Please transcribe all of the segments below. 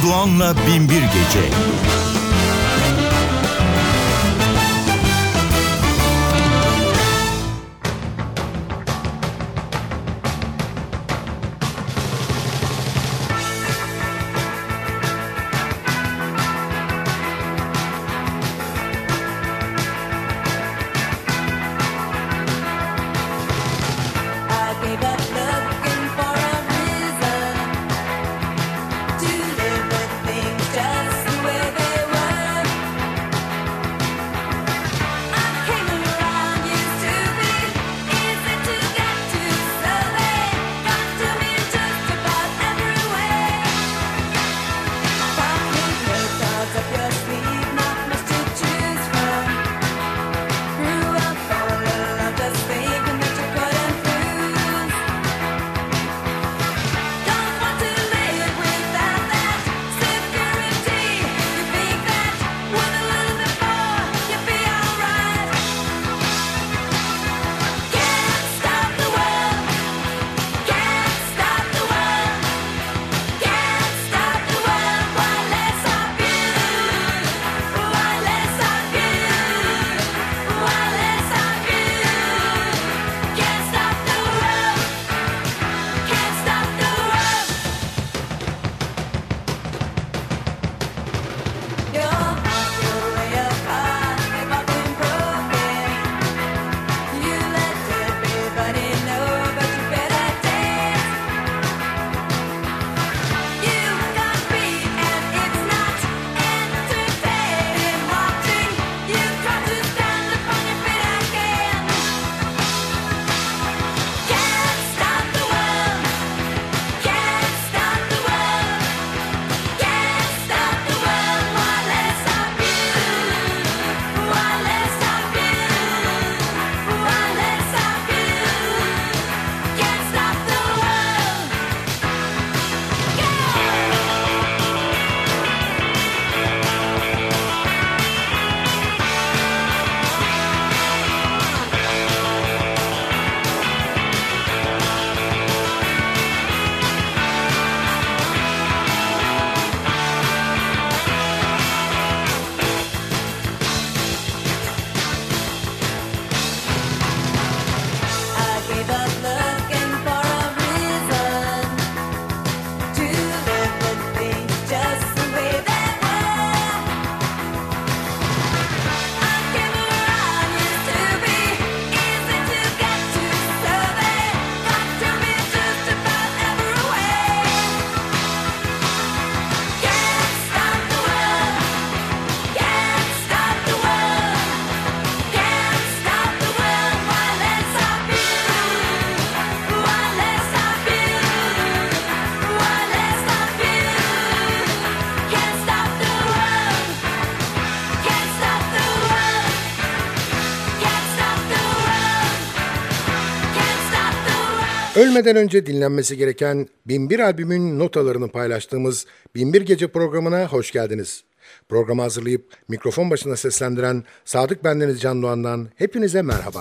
Doğan'la Binbir Gece. Ölmeden önce dinlenmesi gereken Binbir albümün notalarını paylaştığımız Binbir Gece programına hoş geldiniz. Programı hazırlayıp mikrofon başına seslendiren Sadık Bendeniz Can Doğan'dan hepinize merhaba.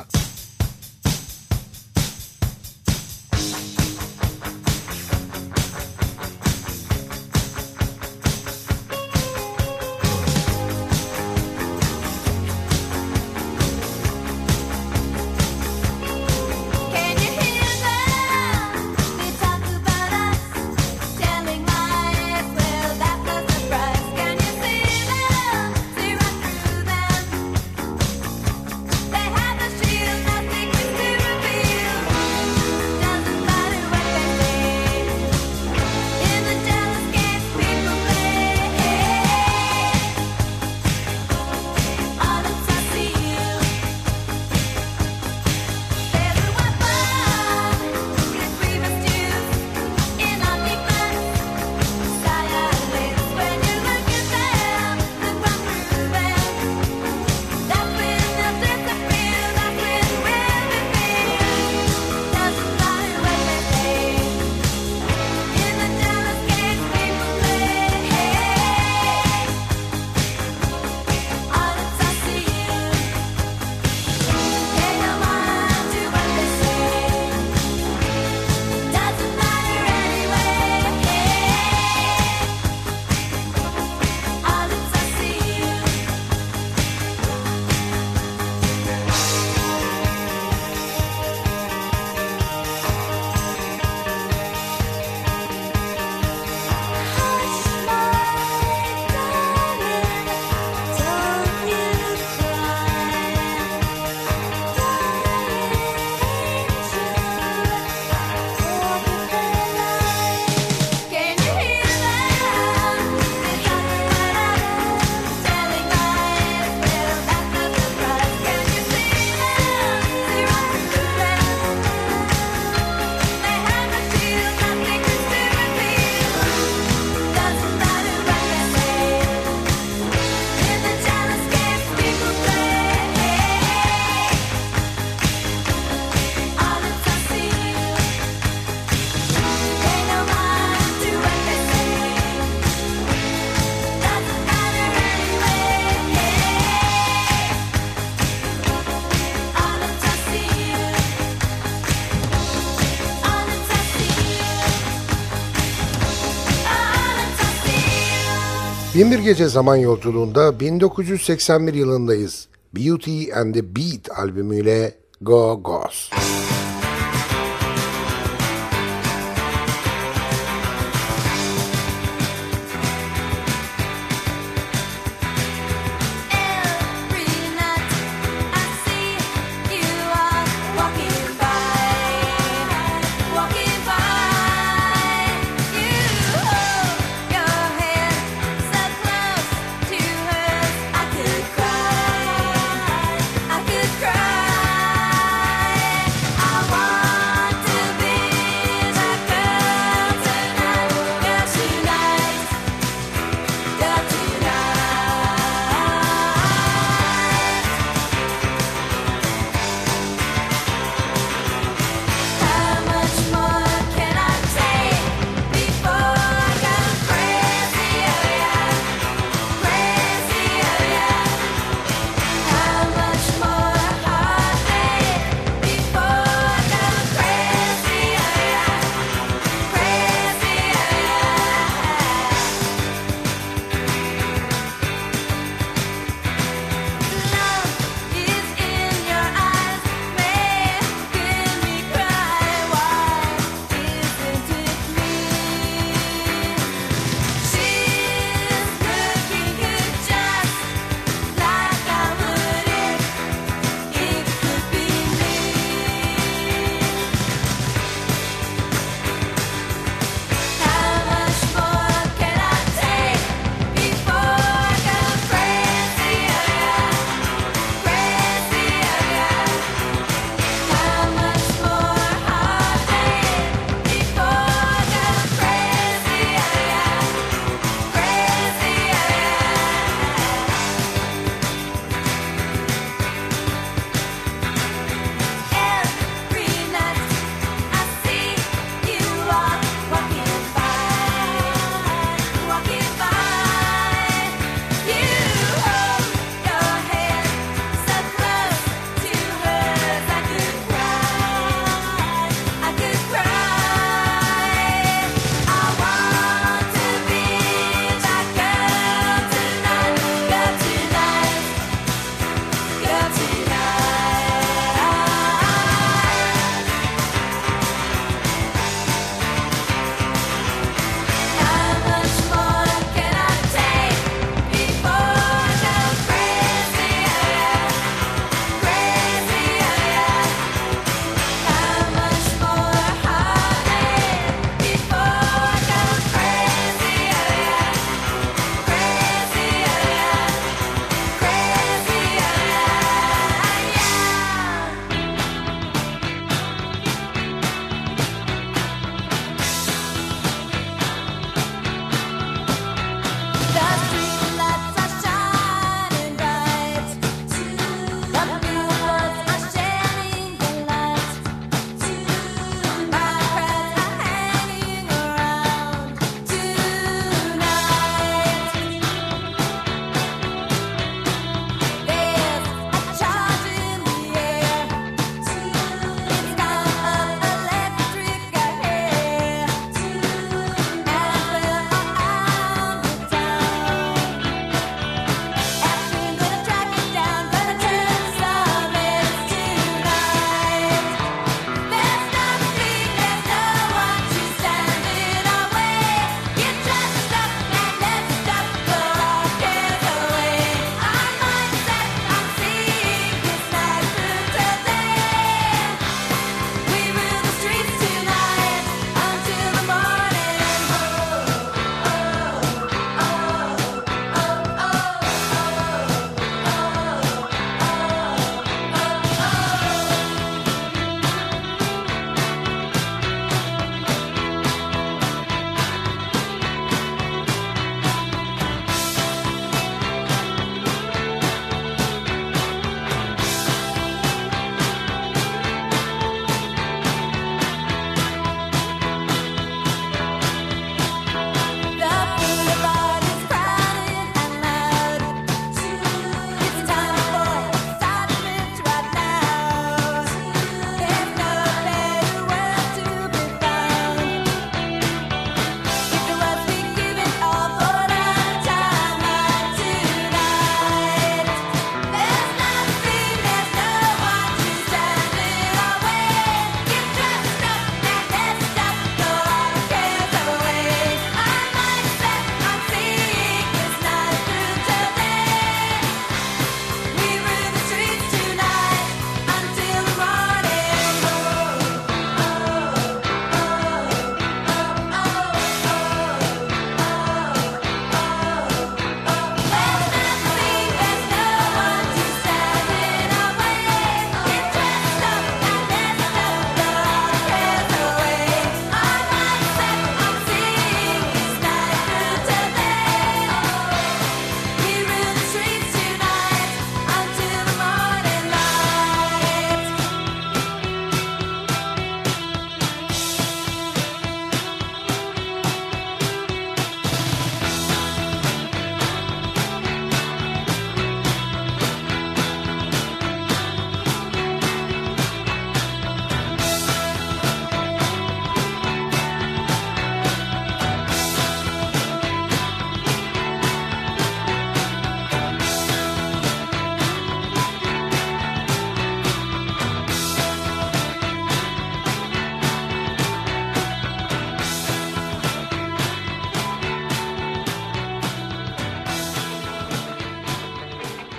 Shield Binbir Gece zaman yolculuğunda 1981 yılındayız. Beauty and the Beat albümüyle Go Go's. I'll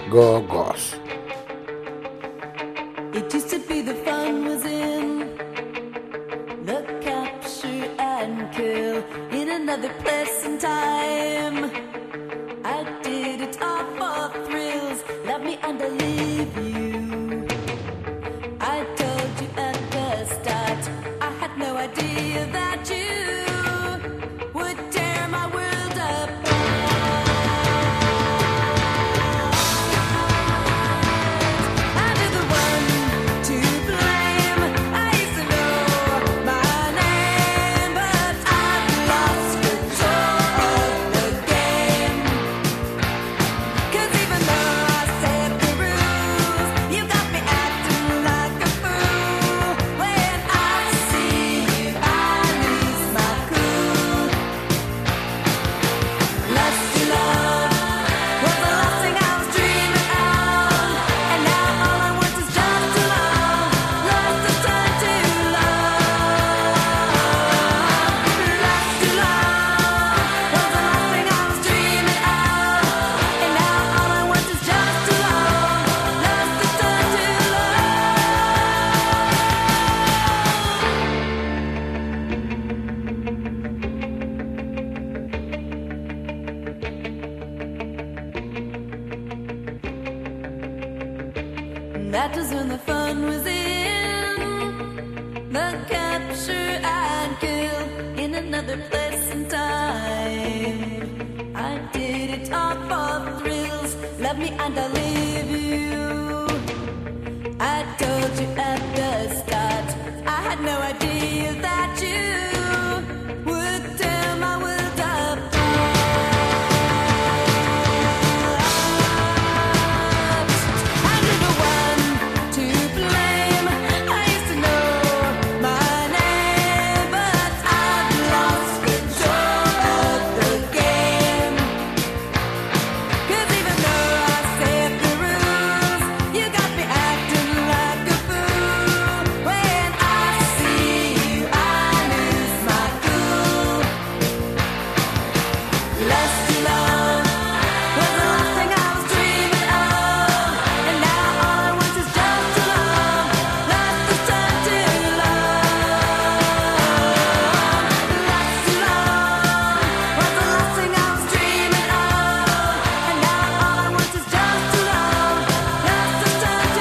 Go Go's. It used to be the fun was in the capture and kill in another place and time. I did it all for thrills, love me and I leave you. I told you at the start, I had no idea that you would tear my world apart. I did the one to blame. I used to know my name, but I've lost control of the game. 'Cause even though I set the rules, you got me acting like a fool. When I see you, I lose my cool. Lusty love was the last thing I was dreaming of, and now all I want is just to love, lost to turn to love. Lusty love was the last thing I was dreaming of, and now all I want is just to love, lost to turn to love. That was when the fun was in the capture and kill in another place and time. I did it all for thrills, love me and I'll leave you. I told you at the start, I had no idea that you would tear my world apart. I did the one to blame. I used to know my name, but I've lost control of the game. 'Cause even though I set the rules, you got me acting like a fool. When I see you, I lose my cool. Lusty love was the last thing I was dreaming of, and now all I want is just to love, lost to turn to love. Lusty love was the last thing I was dreaming of, and now all I want is just to love, lost to turn to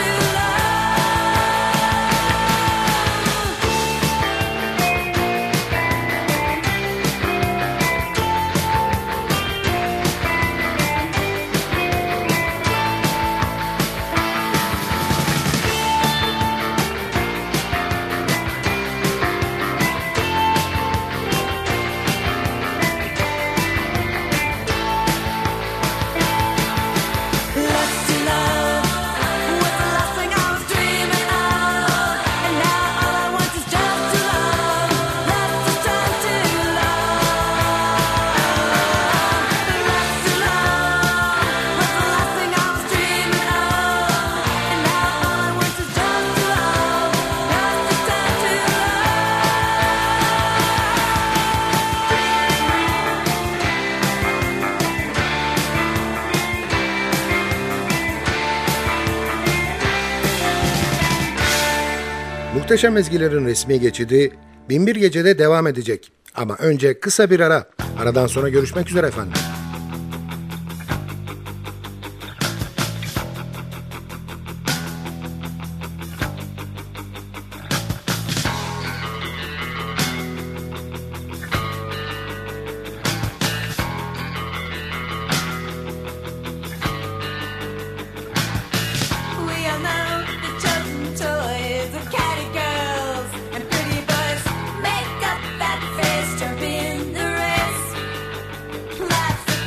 Lusty love was the last thing I was dreaming of, and now all I want is just to love, lost to turn to love. Lusty love was the last thing I was dreaming of, and now all I want is just to love, lost to turn to Muhteşem Ezgilerin resmi geçidi Binbir Gece'de devam edecek. Ama önce kısa bir ara. Aradan sonra görüşmek üzere efendim. We all know the chosen toys of catty girls and pretty boys. Make up that face, jump in the race. Life's a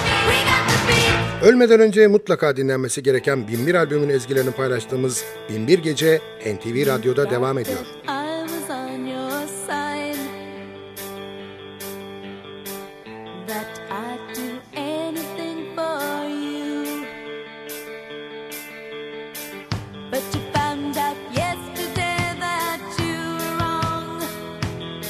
We got the beat. Ölmeden önce mutlaka dinlenmesi gereken Binbir albümün ezgilerini paylaştığımız Binbir Gece NTV Radyo'da devam ediyor. I was on your side. That I'd do anything for you. But you found out yesterday that you were wrong.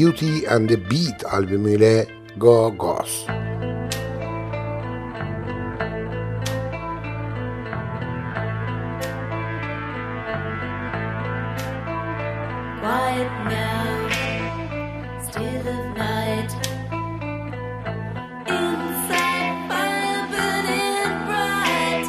Beauty and the Beat albümüyle Go Go's. Quiet now, still of night. Inside fire burning bright.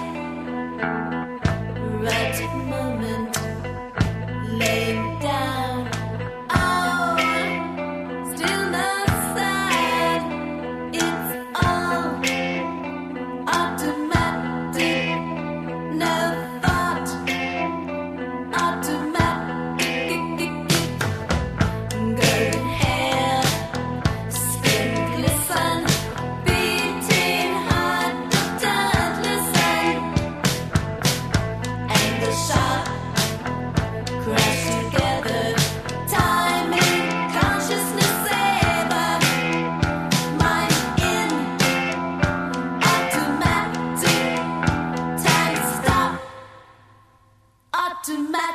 Right moment, laying down. Oh, stillness sad. It's all automatic. No thought, automatic. Golden hair, skin glisten, beating heart but don't listen. And the shot crash together, timing, consciousness saver. Mind in automatic, time stop, automatic.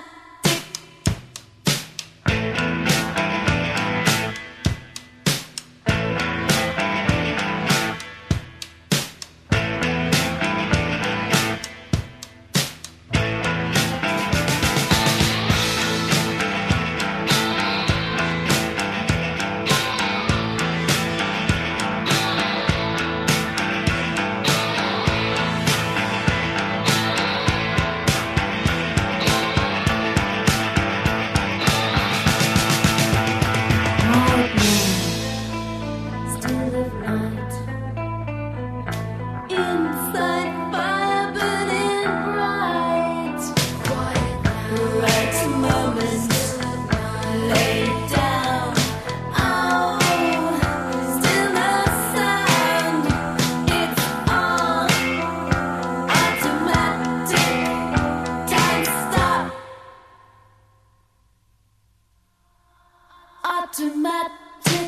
Still of night, inside fire burning bright. Right moment, lay down. Oh, stillness sound. It's all automatic. Time stop. Automatic.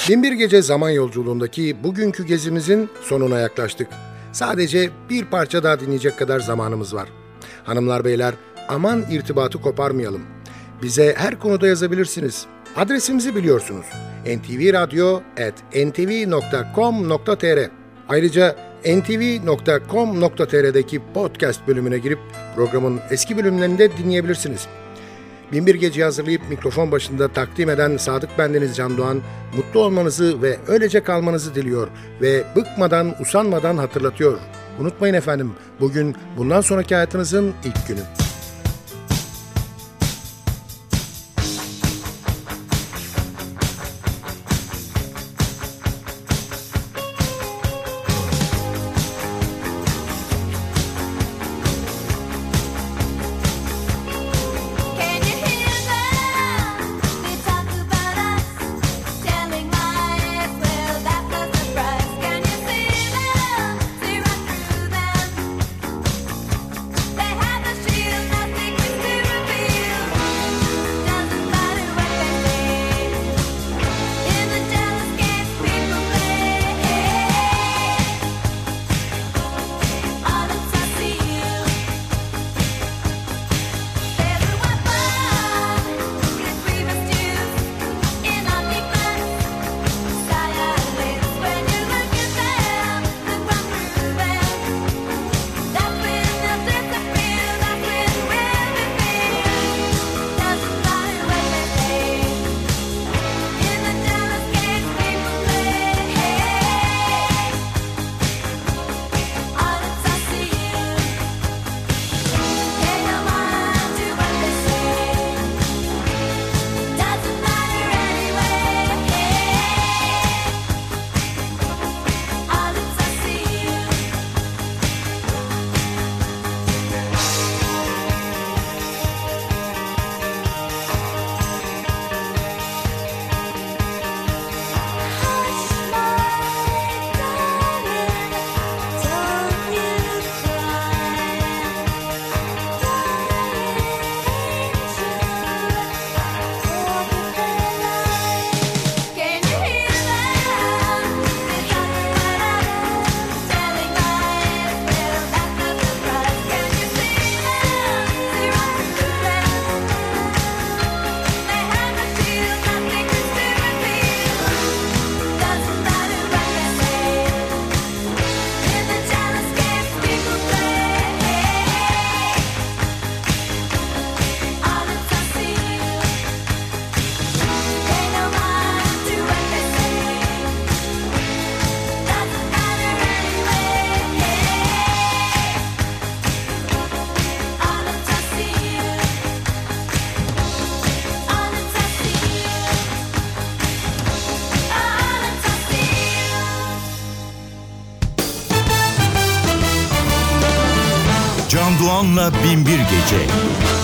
Binbir Gece zaman yolculuğundaki bugünkü gezimizin sonuna yaklaştık. Sadece bir parça daha dinleyecek kadar zamanımız var. Hanımlar beyler, aman irtibatı koparmayalım. Bize her konuda yazabilirsiniz. Adresimizi biliyorsunuz. ntvradio@ntv.com.tr. Ayrıca ntv.com.tr'deki podcast bölümüne girip programın eski bölümlerini de dinleyebilirsiniz. Binbir Gece'yi hazırlayıp mikrofon başında takdim eden Sadık bendeniz Can Doğan, mutlu olmanızı ve öylece kalmanızı diliyor ve bıkmadan, usanmadan hatırlatıyor. Unutmayın efendim, bugün bundan sonraki hayatınızın ilk günü. Can you hear them? They talk about us, telling lies. Well, that's no surprise. Can you see them? See right through them. They have the shield, nothing is to reveal. Doesn't matter what they say. In the jealous games people play. All the time see you. There's a weapon that we must use in our defense. Silence when you look at them, look right through them. That's when they'll disappear. That's when we'll reveal. Doesn't matter what they say. In the jealous games people play. All the time see you. Pay no mind to what they say. Doesn't matter anyway. All the time see you. Hush, my darling, don't you cry. Can you hear them? They talk about us, telling lies. Well, that's no surprise. Can you see them? See right through them. They have the shield, nothing is to reveal. Doesn't matter what they say. In the jealous games people play. All the time see you. Pay no mind to what they say. Doesn't matter anyway. All the time see you. All the time see you. All the time see you. Can Doğan'la Binbir Gece.